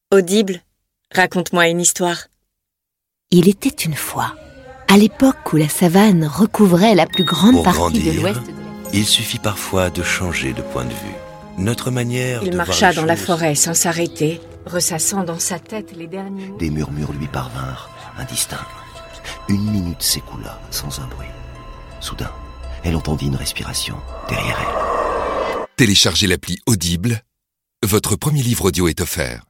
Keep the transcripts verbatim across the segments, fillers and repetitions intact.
Audible, raconte-moi une histoire. Il était une fois, à l'époque où la savane recouvrait la plus grande Pour partie grandir, de l'ouest de la... il suffit parfois de changer de point de vue. Notre manière Il de marcha voir les dans la choses- forêt sans s'arrêter, ressassant dans sa tête les derniers mots. Des murmures lui parvinrent, indistincts. Une minute s'écoula sans un bruit. Soudain, elle entendit une respiration derrière elle. Téléchargez l'appli Audible. Votre premier livre audio est offert.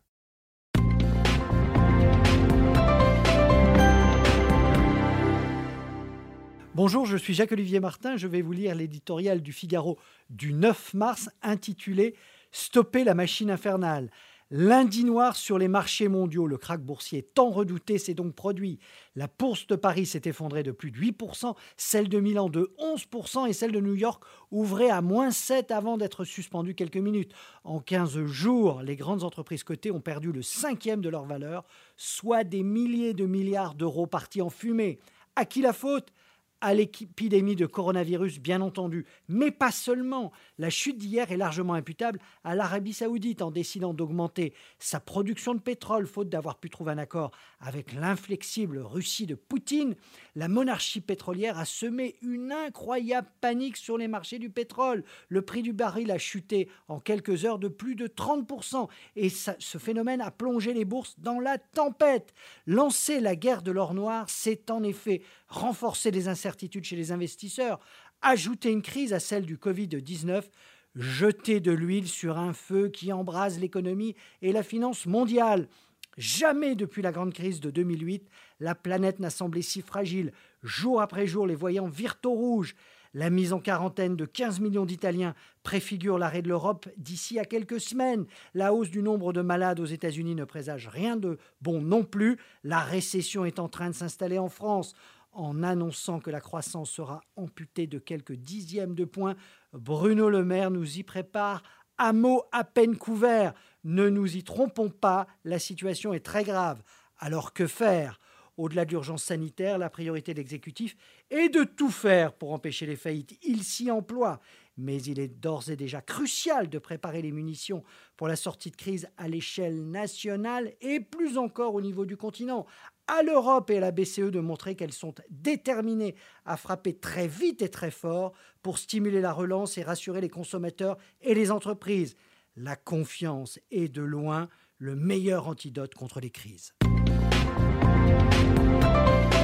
Bonjour, je suis Jacques-Olivier Martin. Je vais vous lire l'éditorial du Figaro du neuf mars intitulé « Stopper la machine infernale ». Lundi noir sur les marchés mondiaux, le krach boursier tant redouté s'est donc produit. La bourse de Paris s'est effondrée de plus de huit pour cent, celle de Milan de onze pour cent et celle de New York ouvrait à moins sept avant d'être suspendue quelques minutes. En quinze jours, les grandes entreprises cotées ont perdu le cinquième de leur valeur, soit des milliers de milliards d'euros partis en fumée. À qui la faute ? À l'épidémie de coronavirus, bien entendu, mais pas seulement. La chute d'hier est largement imputable à l'Arabie Saoudite en décidant d'augmenter sa production de pétrole, faute d'avoir pu trouver un accord avec l'inflexible Russie de Poutine. La monarchie pétrolière a semé une incroyable panique sur les marchés du pétrole. Le prix du baril a chuté en quelques heures de plus de trente pour cent et ça, ce phénomène a plongé les bourses dans la tempête. Lancer la guerre de l'or noir, c'est en effet renforcer les incertitudes chez les investisseurs, ajouter une crise à celle du covid dix-neuf, jeter de l'huile sur un feu qui embrase l'économie et la finance mondiale. Jamais depuis la grande crise de deux mille huit, la planète n'a semblé si fragile. Jour après jour, les voyants virent au rouge. La mise en quarantaine de quinze millions d'Italiens préfigure l'arrêt de l'Europe d'ici à quelques semaines. La hausse du nombre de malades aux États-Unis ne présage rien de bon non plus. La récession est en train de s'installer en France. En annonçant que la croissance sera amputée de quelques dixièmes de points, Bruno Le Maire nous y prépare à mots à peine couverts. Ne nous y trompons pas, la situation est très grave. Alors que faire ? Au-delà de l'urgence sanitaire, la priorité de l'exécutif est de tout faire pour empêcher les faillites. Il s'y emploie. Mais il est d'ores et déjà crucial de préparer les munitions pour la sortie de crise à l'échelle nationale et plus encore au niveau du continent. À l'Europe et à la B C E de montrer qu'elles sont déterminées à frapper très vite et très fort pour stimuler la relance et rassurer les consommateurs et les entreprises. La confiance est de loin le meilleur antidote contre les crises.